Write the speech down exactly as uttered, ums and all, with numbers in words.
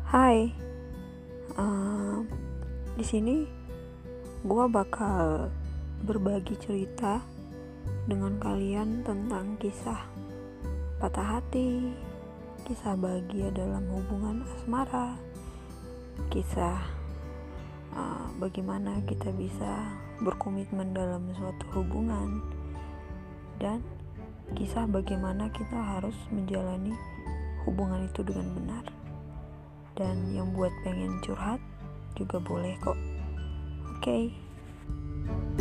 Hai, eee, di sini gua bakal berbagi cerita dengan kalian tentang kisah patah hati, kisah bahagia dalam hubungan asmara, kisah uh, bagaimana kita bisa berkomitmen dalam suatu hubungan, dan kisah bagaimana kita harus menjalani hubungan itu dengan benar. Dan yang buat pengen curhat juga boleh kok. Oke. Okay.